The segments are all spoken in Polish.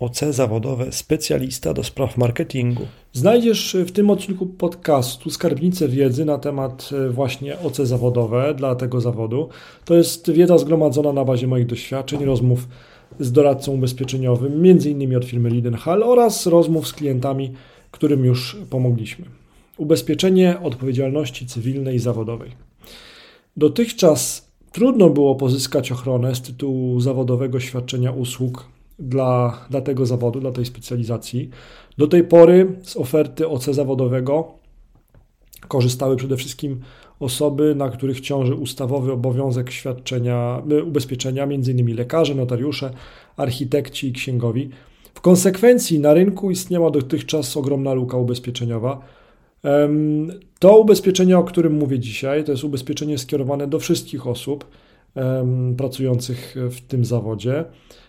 OC zawodowe specjalista do spraw marketingu. Znajdziesz w tym odcinku podcastu skarbnicę wiedzy na temat właśnie OC zawodowe dla tego zawodu. To jest wiedza zgromadzona na bazie moich doświadczeń, rozmów z doradcą ubezpieczeniowym, m.in. od firmy Lidenhall oraz rozmów z klientami, którym już pomogliśmy. Ubezpieczenie odpowiedzialności cywilnej i zawodowej. Dotychczas trudno było pozyskać ochronę z tytułu zawodowego świadczenia usług dla tego zawodu, dla tej specjalizacji. Do tej pory z oferty OC zawodowego korzystały przede wszystkim osoby, na których ciąży ustawowy obowiązek świadczenia ubezpieczenia, m.in. lekarze, notariusze, architekci i księgowi. W konsekwencji na rynku istniała dotychczas ogromna luka ubezpieczeniowa. To ubezpieczenie, o którym mówię dzisiaj, to jest ubezpieczenie skierowane do wszystkich osób pracujących w tym zawodzie,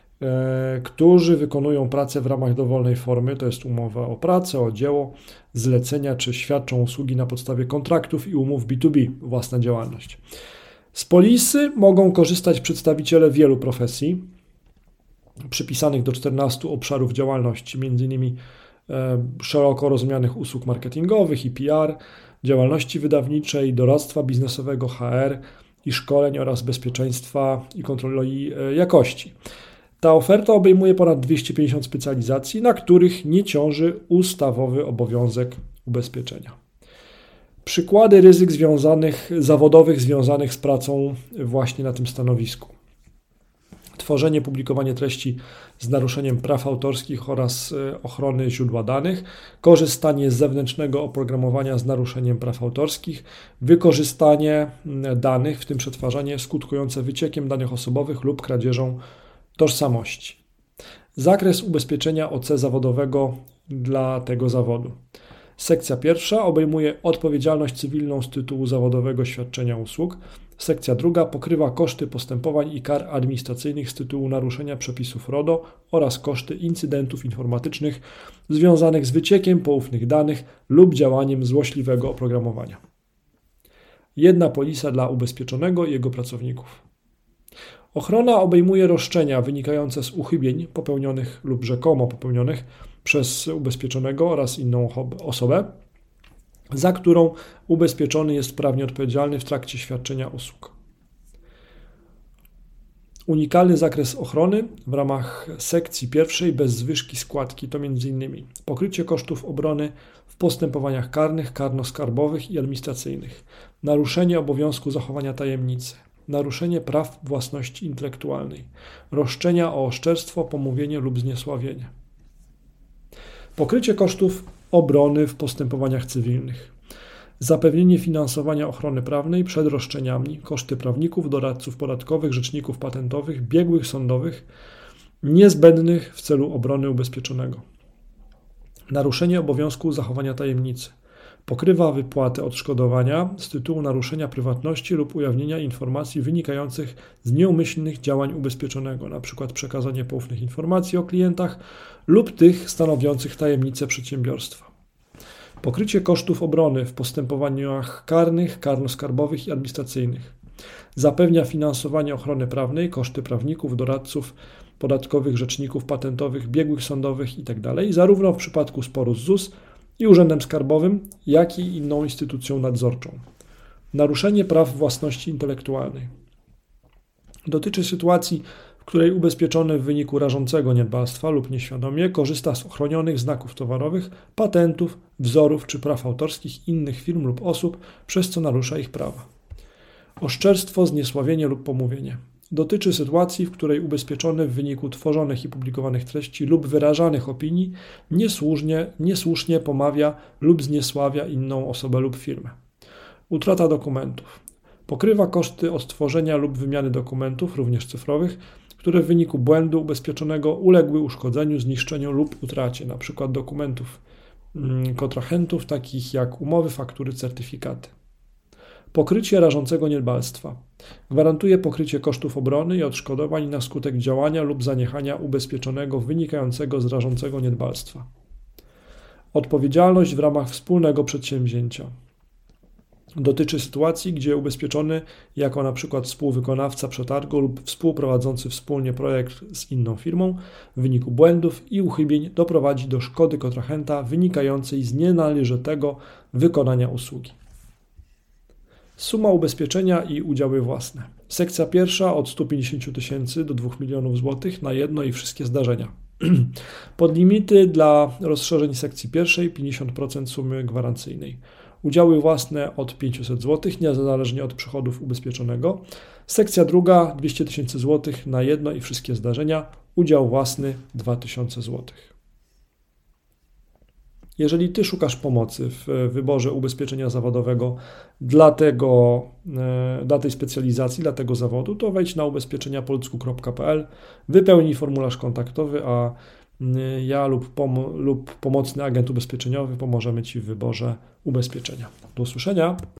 którzy wykonują pracę w ramach dowolnej formy, to jest umowa o pracę, o dzieło, zlecenia czy świadczą usługi na podstawie kontraktów i umów B2B, własna działalność. Z polisy mogą korzystać przedstawiciele wielu profesji, przypisanych do 14 obszarów działalności, m.in. szeroko rozumianych usług marketingowych i PR, działalności wydawniczej, doradztwa biznesowego, HR i szkoleń oraz bezpieczeństwa i kontroli jakości. Ta oferta obejmuje ponad 250 specjalizacji, na których nie ciąży ustawowy obowiązek ubezpieczenia. Przykłady ryzyk zawodowych związanych z pracą właśnie na tym stanowisku. Tworzenie, publikowanie treści z naruszeniem praw autorskich oraz ochrony źródła danych, korzystanie z zewnętrznego oprogramowania z naruszeniem praw autorskich, wykorzystanie danych, w tym przetwarzanie skutkujące wyciekiem danych osobowych lub kradzieżą tożsamości. Zakres ubezpieczenia OC zawodowego dla tego zawodu. Sekcja pierwsza obejmuje odpowiedzialność cywilną z tytułu zawodowego świadczenia usług. Sekcja druga pokrywa koszty postępowań i kar administracyjnych z tytułu naruszenia przepisów RODO oraz koszty incydentów informatycznych związanych z wyciekiem poufnych danych lub działaniem złośliwego oprogramowania. Jedna polisa dla ubezpieczonego i jego pracowników. Ochrona obejmuje roszczenia wynikające z uchybień popełnionych lub rzekomo popełnionych przez ubezpieczonego oraz inną osobę, za którą ubezpieczony jest prawnie odpowiedzialny w trakcie świadczenia usług. Unikalny zakres ochrony w ramach sekcji pierwszej bez zwyżki składki to m.in. pokrycie kosztów obrony w postępowaniach karnych, karnoskarbowych i administracyjnych, naruszenie obowiązku zachowania tajemnicy, naruszenie praw własności intelektualnej, roszczenia o oszczerstwo, pomówienie lub zniesławienie. Pokrycie kosztów obrony w postępowaniach cywilnych. Zapewnienie finansowania ochrony prawnej przed roszczeniami, koszty prawników, doradców podatkowych, rzeczników patentowych, biegłych sądowych, niezbędnych w celu obrony ubezpieczonego. Naruszenie obowiązku zachowania tajemnicy. Pokrywa wypłatę odszkodowania z tytułu naruszenia prywatności lub ujawnienia informacji wynikających z nieumyślnych działań ubezpieczonego, np. przekazanie poufnych informacji o klientach lub tych stanowiących tajemnicę przedsiębiorstwa. Pokrycie kosztów obrony w postępowaniach karnych, karnoskarbowych i administracyjnych. Zapewnia finansowanie ochrony prawnej, koszty prawników, doradców podatkowych, rzeczników patentowych, biegłych sądowych itd., zarówno w przypadku sporu z ZUS i Urzędem Skarbowym, jak i inną instytucją nadzorczą. Naruszenie praw własności intelektualnej. Dotyczy sytuacji, w której ubezpieczony w wyniku rażącego niedbalstwa lub nieświadomie korzysta z ochronionych znaków towarowych, patentów, wzorów czy praw autorskich innych firm lub osób, przez co narusza ich prawa. Oszczerstwo, zniesławienie lub pomówienie. Dotyczy sytuacji, w której ubezpieczony w wyniku tworzonych i publikowanych treści lub wyrażanych opinii niesłusznie pomawia lub zniesławia inną osobę lub firmę. Utrata dokumentów. Pokrywa koszty odtworzenia lub wymiany dokumentów, również cyfrowych, które w wyniku błędu ubezpieczonego uległy uszkodzeniu, zniszczeniu lub utracie, np. dokumentów kontrahentów, takich jak umowy, faktury, certyfikaty. Pokrycie rażącego niedbalstwa. Gwarantuje pokrycie kosztów obrony i odszkodowań na skutek działania lub zaniechania ubezpieczonego wynikającego z rażącego niedbalstwa. Odpowiedzialność w ramach wspólnego przedsięwzięcia. Dotyczy sytuacji, gdzie ubezpieczony jako na przykład współwykonawca przetargu lub współprowadzący wspólnie projekt z inną firmą w wyniku błędów i uchybień doprowadzi do szkody kontrahenta wynikającej z nienależytego wykonania usługi. Suma ubezpieczenia i udziały własne. Sekcja pierwsza od 150 000 do 2 milionów złotych na jedno i wszystkie zdarzenia. Podlimity dla rozszerzeń sekcji pierwszej 50% sumy gwarancyjnej. Udziały własne od 500 zł, niezależnie od przychodów ubezpieczonego. Sekcja druga 200 000 zł na jedno i wszystkie zdarzenia. Udział własny 2000 zł. Jeżeli Ty szukasz pomocy w wyborze ubezpieczenia zawodowego dla tej specjalizacji, dla tego zawodu, to wejdź na ubezpieczeniapolsku.pl, wypełnij formularz kontaktowy, a ja lub pomocny agent ubezpieczeniowy pomożemy Ci w wyborze ubezpieczenia. Do usłyszenia.